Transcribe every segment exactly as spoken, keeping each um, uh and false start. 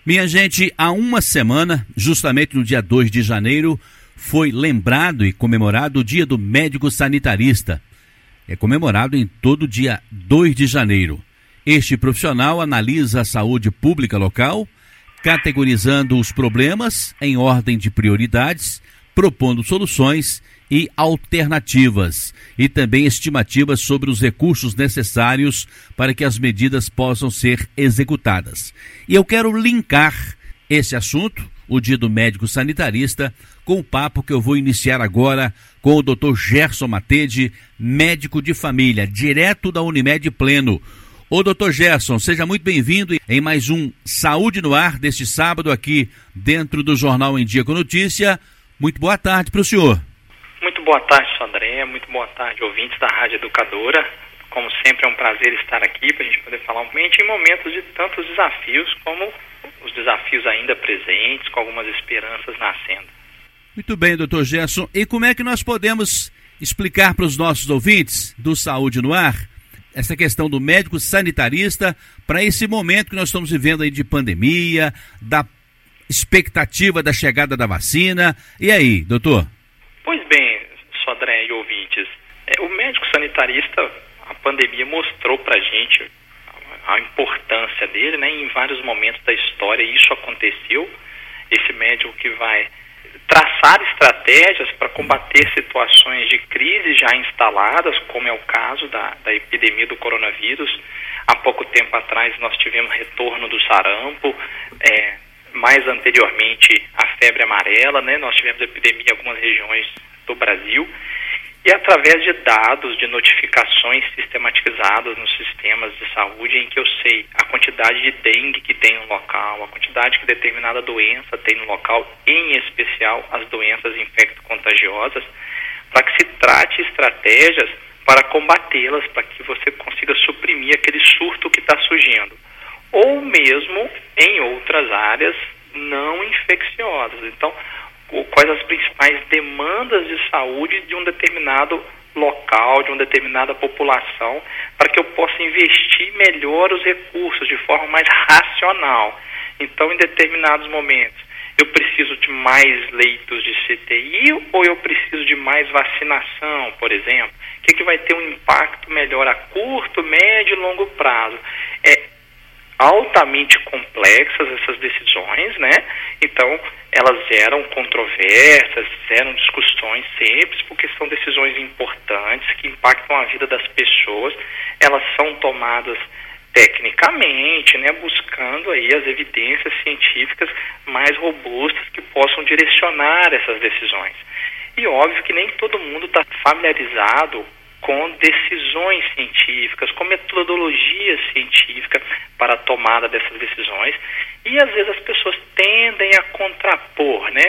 Minha gente, há uma semana, justamente no dia dois de janeiro, foi lembrado e comemorado o Dia do Médico Sanitarista. É comemorado em todo dia dois de janeiro. Este profissional analisa a saúde pública local, categorizando os problemas em ordem de prioridades, propondo soluções e alternativas, e também estimativas sobre os recursos necessários para que as medidas possam ser executadas. E eu quero linkar esse assunto, o Dia do Médico Sanitarista, com o papo que eu vou iniciar agora com o doutor Gerson Matede, médico de família, direto da Unimed Pleno. Ô doutor Gerson, seja muito bem-vindo em mais um Saúde no Ar deste sábado aqui dentro do Jornal Em Dia com Notícia. Muito boa tarde para o senhor. Muito boa tarde, Sandré. Muito boa tarde, ouvintes da Rádio Educadora. Como sempre, é um prazer estar aqui para a gente poder falar um pouquinho em momentos de tantos desafios, como os desafios ainda presentes, com algumas esperanças nascendo. Muito bem, doutor Gerson. E como é que nós podemos explicar para os nossos ouvintes do Saúde no Ar essa questão do médico sanitarista para esse momento que nós estamos vivendo aí de pandemia, da expectativa da chegada da vacina? E aí, doutor? Pois bem, Sodré e ouvintes, é, o médico sanitarista, a pandemia mostrou pra gente a, a importância dele, né? Em vários momentos da história isso aconteceu. Esse médico que vai traçar estratégias para combater situações de crise já instaladas, como é o caso da, da epidemia do coronavírus. Há pouco tempo atrás nós tivemos retorno do sarampo, é, mais anteriormente a febre amarela, né? Nós tivemos epidemia em algumas regiões do Brasil, e através de dados, de notificações sistematizadas nos sistemas de saúde, em que eu sei a quantidade de dengue que tem no local, a quantidade que determinada doença tem no local, em especial as doenças infecto-contagiosas, para que se trate estratégias para combatê-las, para que você consiga suprimir aquele surto que está surgindo, ou mesmo em outras áreas não infecciosas. Então, quais as principais demandas de saúde de um determinado local, de uma determinada população, para que eu possa investir melhor os recursos de forma mais racional. Então, em determinados momentos, eu preciso de mais leitos de C T I ou eu preciso de mais vacinação, por exemplo? O que, que vai ter um impacto melhor a curto, médio e longo prazo? É altamente complexas essas decisões, né? Então, elas geram controvérsias, geram discussões sempre, porque são decisões importantes que impactam a vida das pessoas. Elas são tomadas tecnicamente, né? Buscando aí as evidências científicas mais robustas que possam direcionar essas decisões. E óbvio que nem todo mundo está familiarizado com decisões científicas, com metodologia científica para a tomada dessas decisões, e às vezes as pessoas tendem a contrapor, né?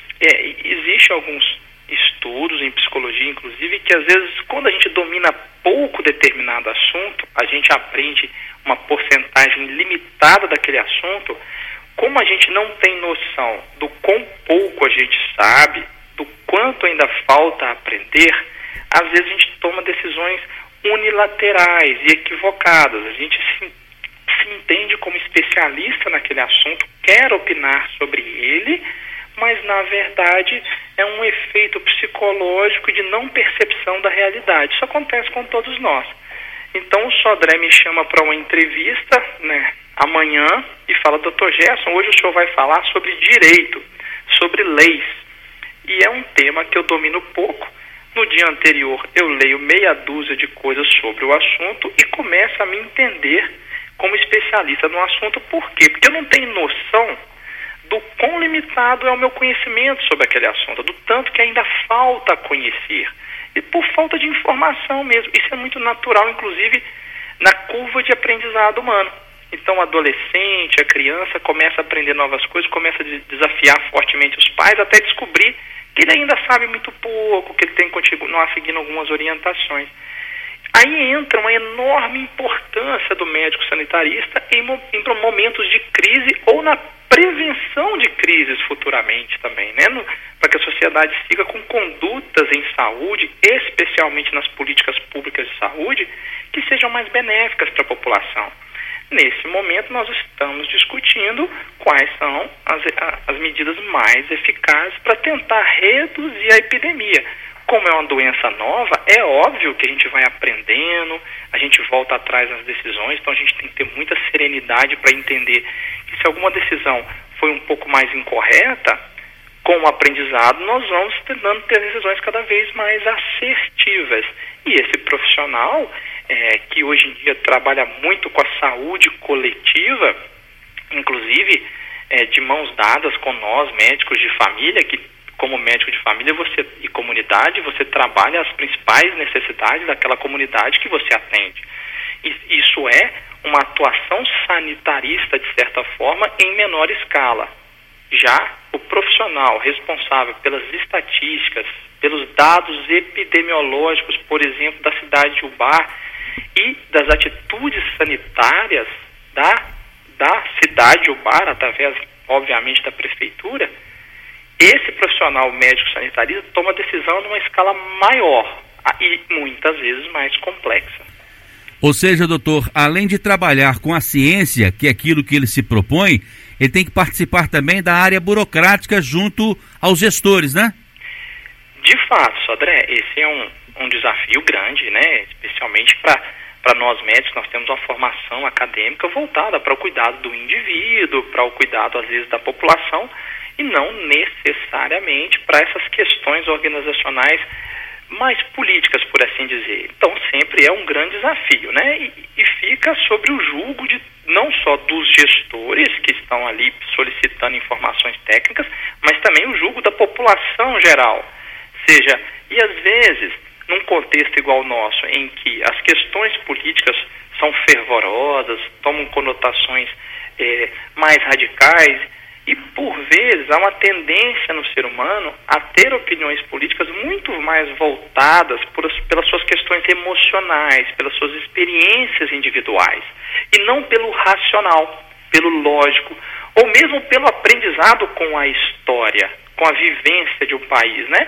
É, existem alguns estudos em psicologia, inclusive, que às vezes quando a gente domina pouco determinado assunto, a gente aprende uma porcentagem limitada daquele assunto, como a gente não tem noção do quão pouco a gente sabe, do quanto ainda falta aprender, às vezes a gente toma decisões unilaterais e equivocadas. A gente se, se entende como especialista naquele assunto, quer opinar sobre ele, mas na verdade é um efeito psicológico de não percepção da realidade. Isso acontece com todos nós. Então o Sodré me chama para uma entrevista, né, amanhã, e fala: doutor Gerson, hoje o senhor vai falar sobre direito, sobre leis. E é um tema que eu domino pouco. No dia anterior eu leio meia dúzia de coisas sobre o assunto e começo a me entender como especialista no assunto. Por quê? Porque eu não tenho noção do quão limitado é o meu conhecimento sobre aquele assunto, do tanto que ainda falta conhecer. E por falta de informação mesmo. Isso é muito natural, inclusive, na curva de aprendizado humano. Então, o adolescente, a criança começa a aprender novas coisas, começa a desafiar fortemente os pais até descobrir que ele ainda sabe muito pouco, que ele tem que continuar seguindo algumas orientações. Aí entra uma enorme importância do médico sanitarista em, em momentos de crise ou na prevenção de crises futuramente também, né? Para que a sociedade siga com condutas em saúde, especialmente nas políticas públicas de saúde, que sejam mais benéficas para a população. Nesse momento, nós estamos discutindo quais são as, as medidas mais eficazes para tentar reduzir a epidemia. Como é uma doença nova, é óbvio que a gente vai aprendendo, a gente volta atrás nas decisões, então a gente tem que ter muita serenidade para entender que se alguma decisão foi um pouco mais incorreta, com o aprendizado nós vamos tentando ter decisões cada vez mais assertivas. E esse profissional, é, que hoje em dia trabalha muito com a saúde coletiva, inclusive é, de mãos dadas com nós, médicos de família, que como médico de família você, e comunidade, você trabalha as principais necessidades daquela comunidade que você atende. E isso é uma atuação sanitarista, de certa forma, em menor escala. Já o profissional responsável pelas estatísticas, pelos dados epidemiológicos, por exemplo, da cidade de Ubá e das atitudes sanitárias da, da cidade de Ubá, através, obviamente, da prefeitura, esse profissional médico sanitarista toma decisão numa escala maior e muitas vezes mais complexa. Ou seja, doutor, além de trabalhar com a ciência, que é aquilo que ele se propõe, ele tem que participar também da área burocrática junto aos gestores, né? De fato, Sodré, esse é um, um desafio grande, né? Especialmente para nós médicos, nós temos uma formação acadêmica voltada para o cuidado do indivíduo, para o cuidado, às vezes, da população, e não necessariamente para essas questões organizacionais mais políticas, por assim dizer. Então, sempre é um grande desafio, né? E, e fica sobre o julgo de não só dos gestores que estão ali solicitando informações técnicas, mas também o julgo da população geral. Seja, e às vezes, num contexto igual ao nosso, em que as questões políticas são fervorosas, tomam conotações eh, mais radicais, e, por vezes, há uma tendência no ser humano a ter opiniões políticas muito mais voltadas por, pelas suas questões emocionais, pelas suas experiências individuais, e não pelo racional, pelo lógico, ou mesmo pelo aprendizado com a história, com a vivência de um país, né?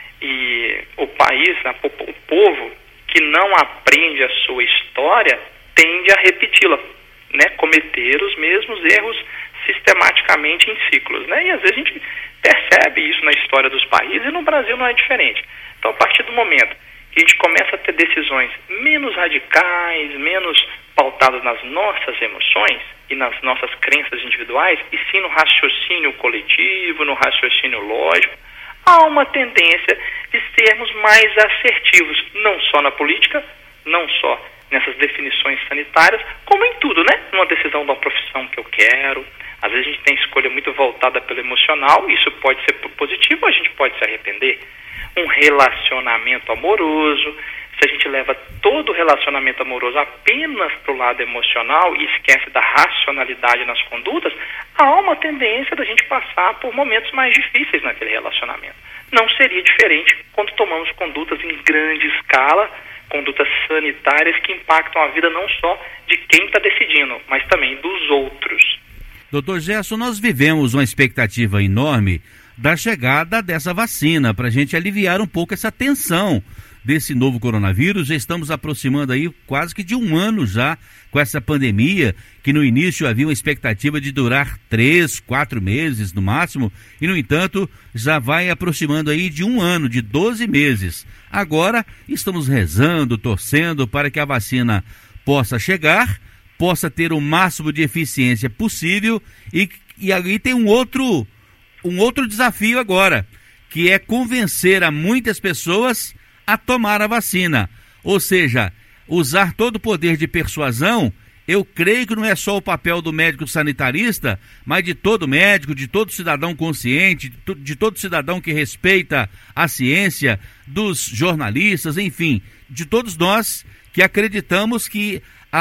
E o país, o povo que não aprende a sua história, tende a repeti-la, né? Cometer os mesmos erros sistematicamente em ciclos, né? E às vezes a gente percebe isso na história dos países e no Brasil não é diferente. Então, a partir do momento que a gente começa a ter decisões menos radicais, menos pautadas nas nossas emoções e nas nossas crenças individuais, e sim no raciocínio coletivo, no raciocínio lógico, há uma tendência de sermos mais assertivos, não só na política, não só nessas definições sanitárias, como em tudo, né? Numa decisão de uma profissão que eu quero. Às vezes a gente tem escolha muito voltada pelo emocional, isso pode ser positivo, a gente pode se arrepender. Um relacionamento amoroso, se a gente leva todo o relacionamento amoroso apenas para o lado emocional e esquece da racionalidade nas condutas, há uma tendência da gente passar por momentos mais difíceis naquele relacionamento. Não seria diferente quando tomamos condutas em grande escala, condutas sanitárias que impactam a vida não só de quem está decidindo, mas também dos outros. Doutor Gerson, nós vivemos uma expectativa enorme da chegada dessa vacina, para a gente aliviar um pouco essa tensão desse novo coronavírus. Já estamos aproximando aí quase que de um ano já com essa pandemia, que no início havia uma expectativa de durar três, quatro meses no máximo, e no entanto já vai aproximando aí de um ano, de doze meses. Agora estamos rezando, torcendo para que a vacina possa chegar, possa ter o máximo de eficiência possível, e, e aí tem um outro, um outro desafio agora, que é convencer a muitas pessoas a tomar a vacina, ou seja, usar todo o poder de persuasão. Eu creio que não é só o papel do médico sanitarista, mas de todo médico, de todo cidadão consciente, de todo cidadão que respeita a ciência, dos jornalistas, enfim, de todos nós que acreditamos que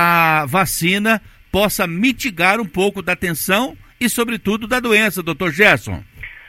a vacina possa mitigar um pouco da tensão e, sobretudo, da doença, doutor Gerson.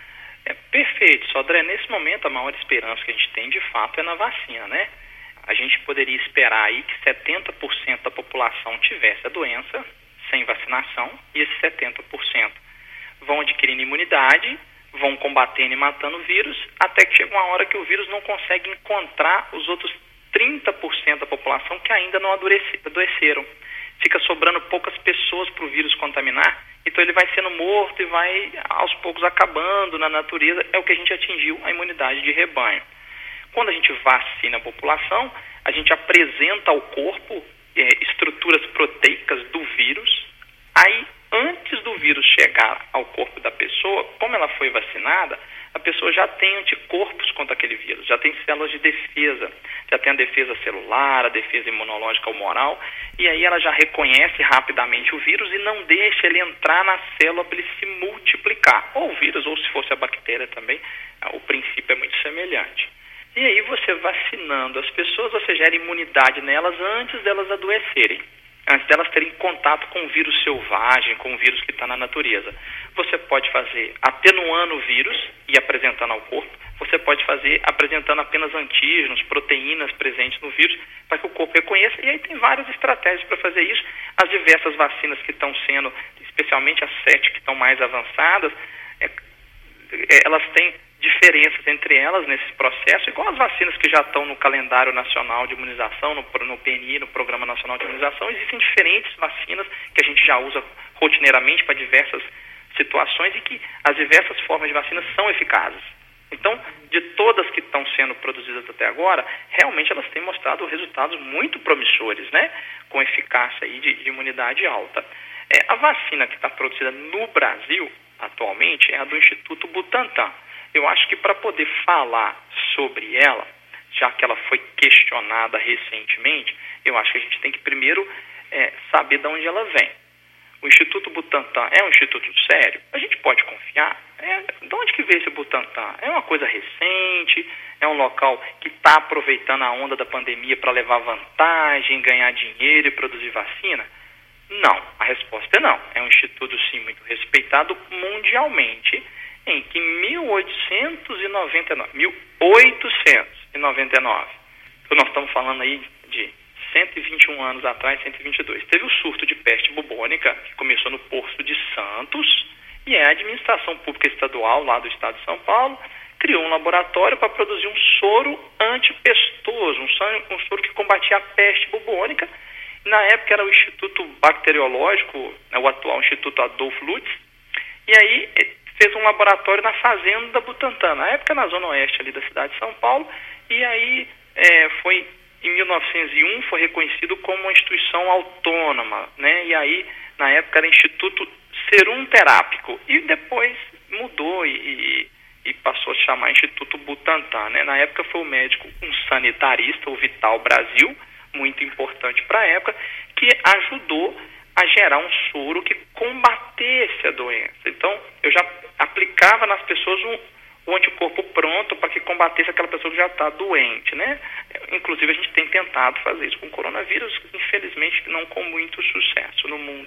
É perfeito, Sodré. Nesse momento, a maior esperança que a gente tem, de fato, é na vacina, né? A gente poderia esperar aí que setenta por cento da população tivesse a doença sem vacinação, e esses setenta por cento vão adquirindo imunidade, vão combatendo e matando o vírus, até que chega uma hora que o vírus não consegue encontrar os outros trinta por cento da população que ainda não adoece, adoeceram. fica sobrando poucas pessoas para o vírus contaminar, então ele vai sendo morto e vai aos poucos acabando na natureza, é o que a gente atingiu, a imunidade de rebanho. Quando a gente vacina a população, a gente apresenta ao corpo é, estruturas proteicas do vírus, aí antes do vírus chegar ao corpo da pessoa, como ela foi vacinada, a pessoa já tem anticorpos contra aquele vírus, já tem células de defesa, já tem a defesa celular, a defesa imunológica humoral, e aí ela já reconhece rapidamente o vírus e não deixa ele entrar na célula para ele se multiplicar. Ou o vírus, ou se fosse a bactéria também, o princípio é muito semelhante. E aí você vacinando as pessoas, você gera imunidade nelas antes delas adoecerem, antes delas terem contato com o vírus selvagem, com o vírus que está na natureza. Você pode fazer atenuando o vírus e apresentando ao corpo, você pode fazer apresentando apenas antígenos, proteínas presentes no vírus, para que o corpo reconheça, e aí tem várias estratégias para fazer isso. As diversas vacinas que estão sendo, especialmente as sete que estão mais avançadas, é, é, elas têm diferenças entre elas nesse processo, igual as vacinas que já estão no calendário nacional de imunização, no, no P N I, no Programa Nacional de Imunização. Existem diferentes vacinas que a gente já usa rotineiramente para diversas situações e que as diversas formas de vacinas são eficazes. Então, de todas que estão sendo produzidas até agora, realmente elas têm mostrado resultados muito promissores, né? Com eficácia aí de, de imunidade alta. É, a vacina que está produzida no Brasil, atualmente, é a do Instituto Butantan. Eu acho que para poder falar sobre ela, já que ela foi questionada recentemente, eu acho que a gente tem que primeiro é, saber de onde ela vem. O Instituto Butantan é um instituto sério? A gente pode confiar? É, de onde que veio esse Butantan? É uma coisa recente? É um local que está aproveitando a onda da pandemia para levar vantagem, ganhar dinheiro e produzir vacina? Não, a resposta é não. É um instituto, sim, muito respeitado mundialmente, em que em mil oitocentos e noventa e nove, mil oitocentos e noventa e nove, então nós estamos falando aí de cento e vinte e um anos atrás, cento e vinte e dois, teve o surto de peste bubônica, que começou no Porto de Santos, e a administração pública estadual lá do estado de São Paulo criou um laboratório para produzir um soro antipestoso, um soro, um soro que combatia a peste bubônica. Na época era o Instituto Bacteriológico, o atual Instituto Adolf Lutz, e aí fez um laboratório na fazenda Butantan, na época na zona oeste ali da cidade de São Paulo, e aí é, foi, em mil novecentos e um, foi reconhecido como uma instituição autônoma, né? E aí, na época, era Instituto Serum Terápico, e depois mudou e, e passou a se chamar Instituto Butantan, né? Na época foi o médico, um sanitarista, o Vital Brasil, muito importante para a época, que ajudou a gerar um soro que combatesse a doença. Então, eu já aplicava nas pessoas um, um anticorpo pronto para que combatesse aquela pessoa que já está doente, né? Inclusive, a gente tem tentado fazer isso com o coronavírus, infelizmente não com muito sucesso no mundo.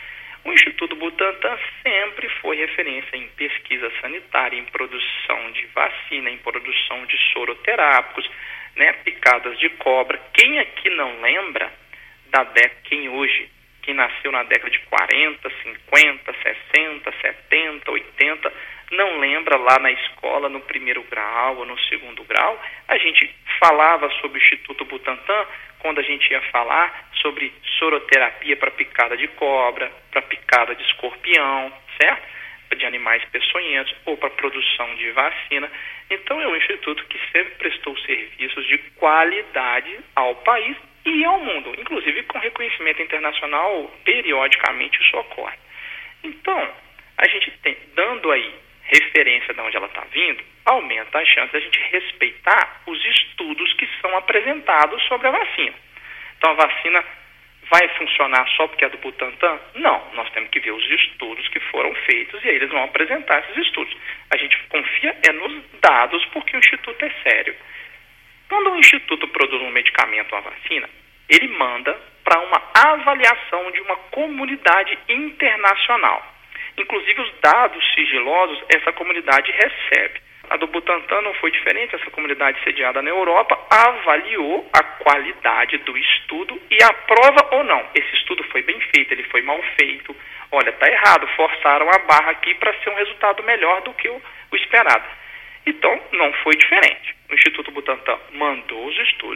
O Instituto Butantan sempre foi referência em pesquisa sanitária, em produção de vacina, em produção de soroterápicos, né? Picadas de cobra. Quem aqui não lembra da década, quem hoje, que nasceu na década de quarenta, cinquenta, sessenta, setenta, oitenta, não lembra lá na escola, no primeiro grau ou no segundo grau, a gente falava sobre o Instituto Butantan quando a gente ia falar sobre soroterapia para picada de cobra, para picada de escorpião, certo? De animais peçonhentos ou para produção de vacina. Então é um instituto que sempre prestou serviços de qualidade ao país e ao mundo, inclusive com reconhecimento internacional, periodicamente isso ocorre. Então, a gente tem, dando aí referência de onde ela está vindo, aumenta a chance de a gente respeitar os estudos que são apresentados sobre a vacina. Então, a vacina vai funcionar só porque é do Butantan? Não, nós temos que ver os estudos que foram feitos e aí eles vão apresentar esses estudos. A gente confia é nos dados porque o Instituto é sério. Quando o Instituto produz um medicamento, uma vacina, ele manda para uma avaliação de uma comunidade internacional. Inclusive, os dados sigilosos, essa comunidade recebe. A do Butantan não foi diferente, essa comunidade sediada na Europa avaliou a qualidade do estudo e aprova ou não. Esse estudo foi bem feito, ele foi mal feito. Olha, está errado, forçaram a barra aqui para ser um resultado melhor do que o, o esperado. Então, não foi diferente. O Instituto Butantan mandou os estudos,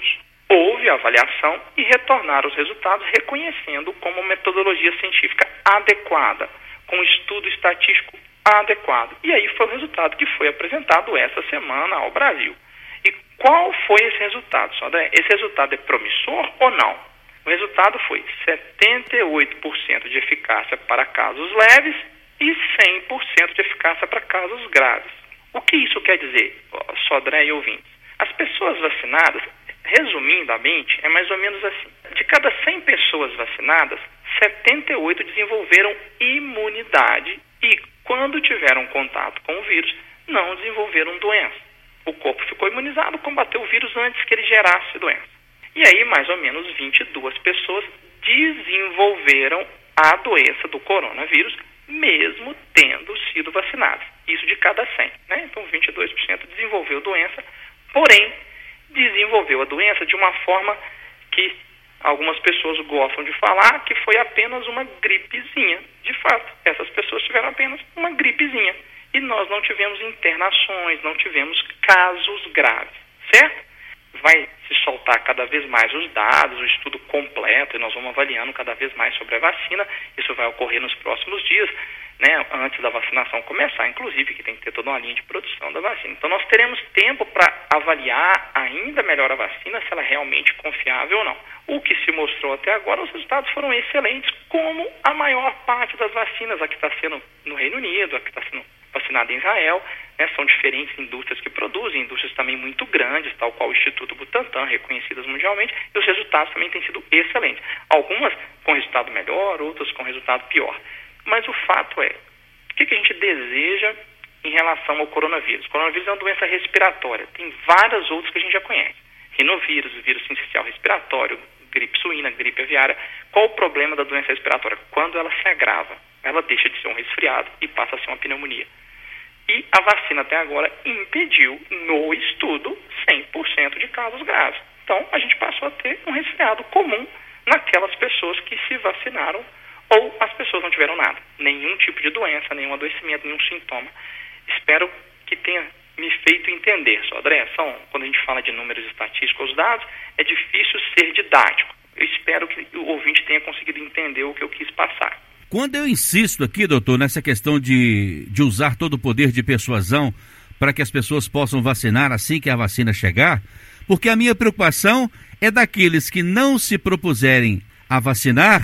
houve avaliação e retornaram os resultados reconhecendo como metodologia científica adequada, com estudo estatístico adequado. E aí foi o resultado que foi apresentado essa semana ao Brasil. E qual foi esse resultado, Sodré? Esse resultado é promissor ou não? O resultado foi setenta e oito por cento de eficácia para casos leves e cem por cento de eficácia para casos graves. O que isso quer dizer, Sodré e ouvintes? As pessoas vacinadas, resumidamente, é mais ou menos assim. De cada cem pessoas vacinadas, setenta e oito desenvolveram imunidade e, quando tiveram contato com o vírus, não desenvolveram doença. O corpo ficou imunizado, combateu o vírus antes que ele gerasse doença. E aí, mais ou menos vinte e duas pessoas desenvolveram a doença do coronavírus, mesmo tendo sido vacinadas. Isso de cada cem, né? Então, vinte e dois por cento desenvolveu doença, porém, desenvolveu a doença de uma forma que algumas pessoas gostam de falar que foi apenas uma gripezinha. De fato, essas pessoas tiveram apenas uma gripezinha. E nós não tivemos internações, não tivemos casos graves, certo? Vai se soltar cada vez mais os dados, o estudo completo, e nós vamos avaliando cada vez mais sobre a vacina. Isso vai ocorrer nos próximos dias, né, antes da vacinação começar, inclusive, que tem que ter toda uma linha de produção da vacina. Então, nós teremos tempo para avaliar ainda melhor a vacina, se ela é realmente confiável ou não. O que se mostrou até agora, os resultados foram excelentes, como a maior parte das vacinas, a que está sendo no Reino Unido, a que está sendo vacinada em Israel, né, são diferentes indústrias que produzem, indústrias também muito grandes, tal qual o Instituto Butantan, reconhecidas mundialmente, e os resultados também têm sido excelentes. Algumas com resultado melhor, outras com resultado pior. Mas o fato é, o que, que a gente deseja em relação ao coronavírus? O coronavírus é uma doença respiratória, tem várias outras que a gente já conhece. Rinovírus, vírus sincicial respiratório, gripe suína, gripe aviária. Qual o problema da doença respiratória? Quando ela se agrava, ela deixa de ser um resfriado e passa a ser uma pneumonia. E a vacina até agora impediu, no estudo, cem por cento de casos graves. Então, a gente passou a ter um resfriado comum naquelas pessoas que se vacinaram ou as pessoas não tiveram nada. Nenhum tipo de doença, nenhum adoecimento, nenhum sintoma. Espero que tenha me feito entender, Sodré. São, quando a gente fala de números estatísticos, os dados, é difícil ser didático. Eu espero que o ouvinte tenha conseguido entender o que eu quis passar. Quando eu insisto aqui, doutor, nessa questão de, de usar todo o poder de persuasão para que as pessoas possam vacinar assim que a vacina chegar, porque a minha preocupação é daqueles que não se propuserem a vacinar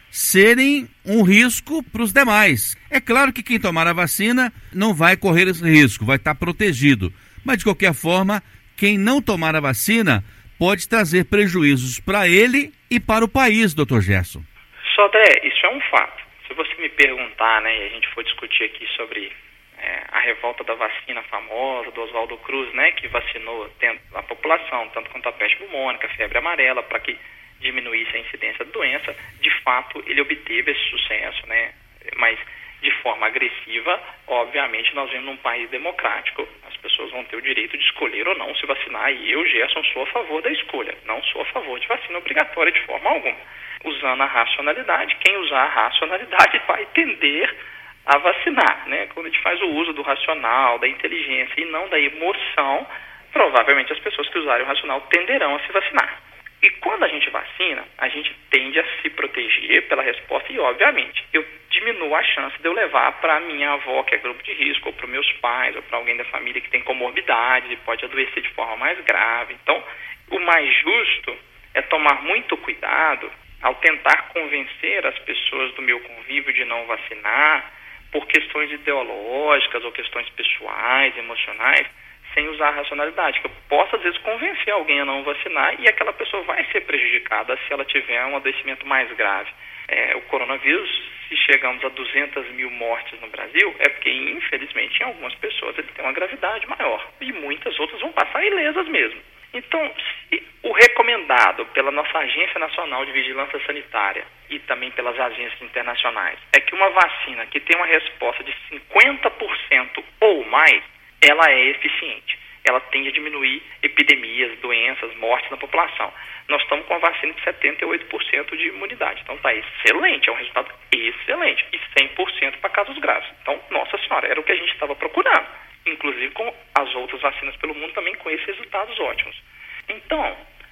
serem um risco para os demais. É claro que quem tomar a vacina não vai correr esse risco, vai estar protegido. Mas, de qualquer forma, quem não tomar a vacina pode trazer prejuízos para ele e para o país, doutor Gerson. Sodré, isso é um fato. Se você me perguntar, né, e a gente for discutir aqui sobre é, a revolta da vacina famosa, do Oswaldo Cruz, né, que vacinou a população, tanto quanto a peste bubônica, a febre amarela, para que diminuísse a incidência da doença, de fato ele obteve esse sucesso, né, mas de forma agressiva. Obviamente nós vivemos num país democrático, as pessoas vão ter o direito de escolher ou não se vacinar, e eu, Gerson, sou a favor da escolha, não sou a favor de vacina obrigatória de forma alguma. Usando a racionalidade, quem usar a racionalidade vai tender a vacinar, né? Quando a gente faz o uso do racional, da inteligência e não da emoção, provavelmente as pessoas que usarem o racional tenderão a se vacinar. E quando a gente vacina, a gente tende a se proteger pela resposta e, obviamente, eu diminuo a chance de eu levar para a minha avó, que é grupo de risco, ou para os meus pais, ou para alguém da família que tem comorbidade e pode adoecer de forma mais grave. Então, o mais justo é tomar muito cuidado ao tentar convencer as pessoas do meu convívio de não vacinar por questões ideológicas ou questões pessoais, emocionais, sem usar a racionalidade, que eu posso, às vezes, convencer alguém a não vacinar e aquela pessoa vai ser prejudicada se ela tiver um adoecimento mais grave. É, o coronavírus, se chegamos a duzentas mil mortes no Brasil, é porque, infelizmente, em algumas pessoas ele tem uma gravidade maior e muitas outras vão passar ilesas mesmo. Então, se o recomendado pela nossa Agência Nacional de Vigilância Sanitária e também pelas agências internacionais é que uma vacina que tem uma resposta de cinquenta por cento ou mais, ela é eficiente. Ela tende a diminuir epidemias, doenças, mortes na população. Nós estamos com a vacina de setenta e oito por cento de imunidade. Então está excelente, é um resultado excelente. E cem por cento para casos graves. Então, nossa senhora, era o que a gente estava procurando. Inclusive com as outras vacinas pelo mundo também com esses resultados ótimos. Então,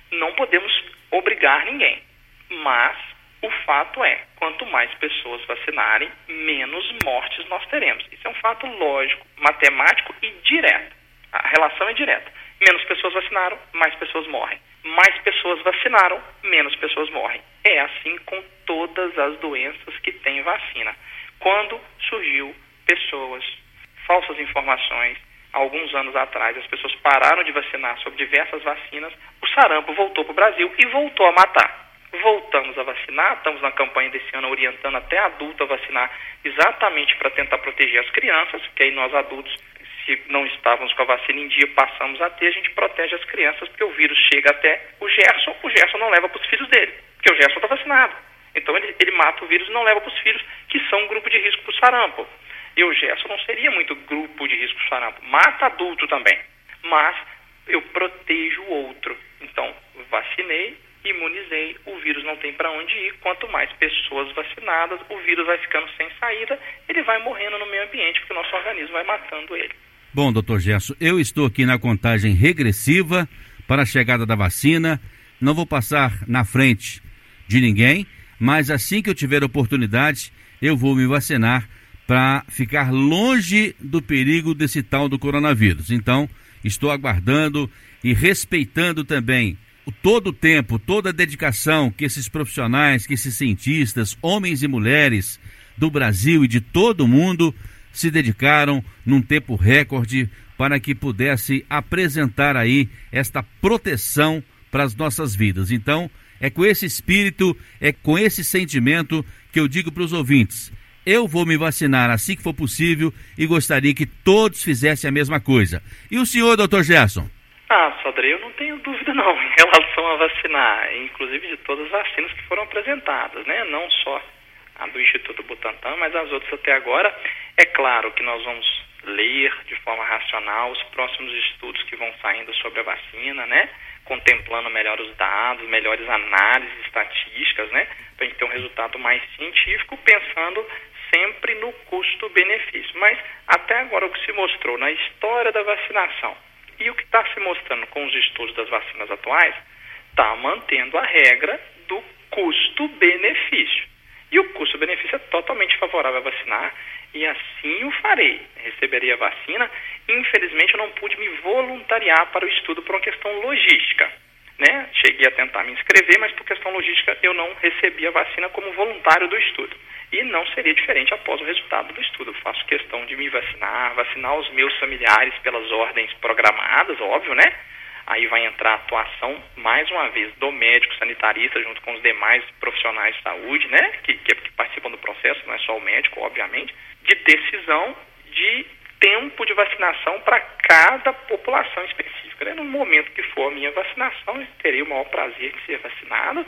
não podemos obrigar ninguém, mas o fato é, quanto mais pessoas vacinarem, menos mortes nós teremos. Isso é um fato lógico, matemático e direto. A relação é direta. Menos pessoas vacinaram, mais pessoas morrem. Mais pessoas vacinaram, menos pessoas morrem. É assim com todas as doenças que têm vacina. Quando surgiu pessoas, falsas informações, alguns anos atrás, as pessoas pararam de vacinar sobre diversas vacinas, o sarampo voltou para o Brasil e voltou a matar. Voltamos a vacinar, estamos na campanha desse ano orientando até adulto a vacinar exatamente para tentar proteger as crianças, que aí nós adultos, se não estávamos com a vacina em dia, passamos a ter, a gente protege as crianças, porque o vírus chega até o Gerson, o Gerson não leva para os filhos dele, porque o Gerson está vacinado. Então ele, ele mata o vírus e não leva para os filhos, que são um grupo de risco para o sarampo. E o Gerson não seria muito grupo de risco para o sarampo, mata adulto também, mas eu protejo o outro. Então, vacinei, imunizei, o vírus não tem para onde ir. Quanto mais pessoas vacinadas, o vírus vai ficando sem saída, ele vai morrendo no meio ambiente, porque o nosso organismo vai matando ele. Bom, doutor Gerson, eu estou aqui na contagem regressiva para a chegada da vacina. Não vou passar na frente de ninguém, mas assim que eu tiver oportunidade, eu vou me vacinar para ficar longe do perigo desse tal do coronavírus. Então, estou aguardando e respeitando também todo o tempo, toda a dedicação que esses profissionais, que esses cientistas, homens e mulheres do Brasil e de todo o mundo se dedicaram num tempo recorde para que pudesse apresentar aí esta proteção para as nossas vidas. Então, é com esse espírito, é com esse sentimento que eu digo para os ouvintes: eu vou me vacinar assim que for possível e gostaria que todos fizessem a mesma coisa. E o senhor, doutor Gerson? Ah, Sodré, eu não tenho dúvida não em relação a vacinar, inclusive de todas as vacinas que foram apresentadas, né? Não só a do Instituto Butantan, mas as outras até agora. É claro que nós vamos ler de forma racional os próximos estudos que vão saindo sobre a vacina, né? Contemplando melhor os dados, melhores análises estatísticas, né? Para a gente ter um resultado mais científico, pensando sempre no custo-benefício. Mas até agora o que se mostrou na história da vacinação e o que está se mostrando com os estudos das vacinas atuais, está mantendo a regra do custo-benefício. E o custo-benefício é totalmente favorável a vacinar, e assim o farei. Receberei a vacina. Infelizmente, eu não pude me voluntariar para o estudo por uma questão logística, né? Cheguei a tentar me inscrever, mas por questão logística eu não recebi a vacina como voluntário do estudo. E não seria diferente após o resultado do estudo. Eu faço questão de me vacinar, vacinar os meus familiares pelas ordens programadas, óbvio, né? Aí vai entrar a atuação, mais uma vez, do médico sanitarista, junto com os demais profissionais de saúde, né? Que, que, que participam do processo, não é só o médico, obviamente, de decisão de tempo de vacinação para cada população específica, né? No momento que for a minha vacinação, eu terei o maior prazer de ser vacinado.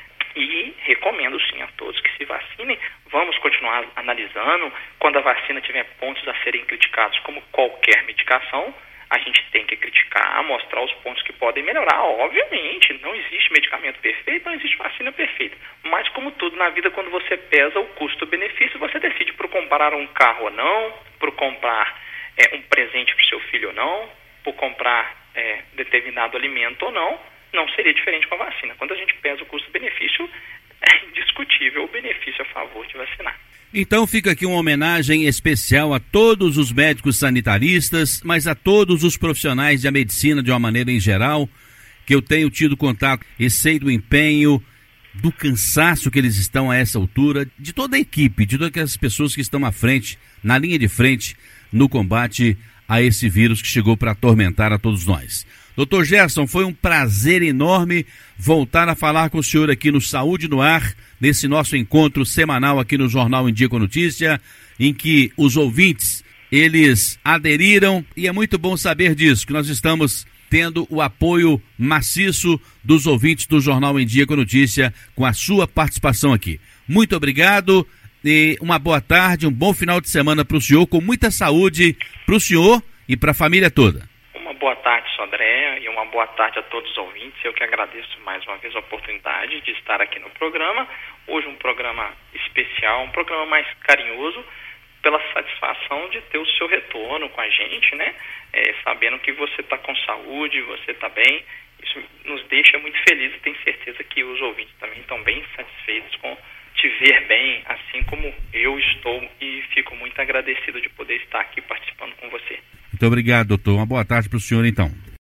E recomendo sim a todos que se vacinem. Vamos continuar analisando. Quando a vacina tiver pontos a serem criticados, como qualquer medicação, a gente tem que criticar, mostrar os pontos que podem melhorar. Obviamente, não existe medicamento perfeito, não existe vacina perfeita. Mas como tudo na vida, quando você pesa o custo-benefício, você decide por comprar um carro ou não, por comprar é, um presente para o seu filho ou não, por comprar é, determinado alimento ou não. Não seria diferente com a vacina. Quando a gente pesa o custo-benefício, é indiscutível o benefício a favor de vacinar. Então fica aqui uma homenagem especial a todos os médicos sanitaristas, mas a todos os profissionais da medicina de uma maneira em geral, que eu tenho tido contato e sei do empenho, do cansaço que eles estão a essa altura, de toda a equipe, de todas aquelas pessoas que estão à frente, na linha de frente, no combate a esse vírus que chegou para atormentar a todos nós. doutor Gerson, foi um prazer enorme voltar a falar com o senhor aqui no Saúde no Ar, nesse nosso encontro semanal aqui no Jornal Em Dia com Notícia, em que os ouvintes, eles aderiram, e é muito bom saber disso, que nós estamos tendo o apoio maciço dos ouvintes do Jornal Em Dia com Notícia, com a sua participação aqui. Muito obrigado e uma boa tarde, um bom final de semana para o senhor, com muita saúde para o senhor e para a família toda. Boa tarde, Sodré, e uma boa tarde a todos os ouvintes. Eu que agradeço mais uma vez a oportunidade de estar aqui no programa. Hoje um programa especial, um programa mais carinhoso, pela satisfação de ter o seu retorno com a gente, né? É, sabendo que você está com saúde, você está bem, Isso nos deixa muito felizes e tenho certeza que os ouvintes também estão bem satisfeitos com te ver bem, assim como eu estou, e fico muito agradecido de poder estar aqui participando com você. Muito obrigado, doutor. Uma boa tarde para o senhor, então.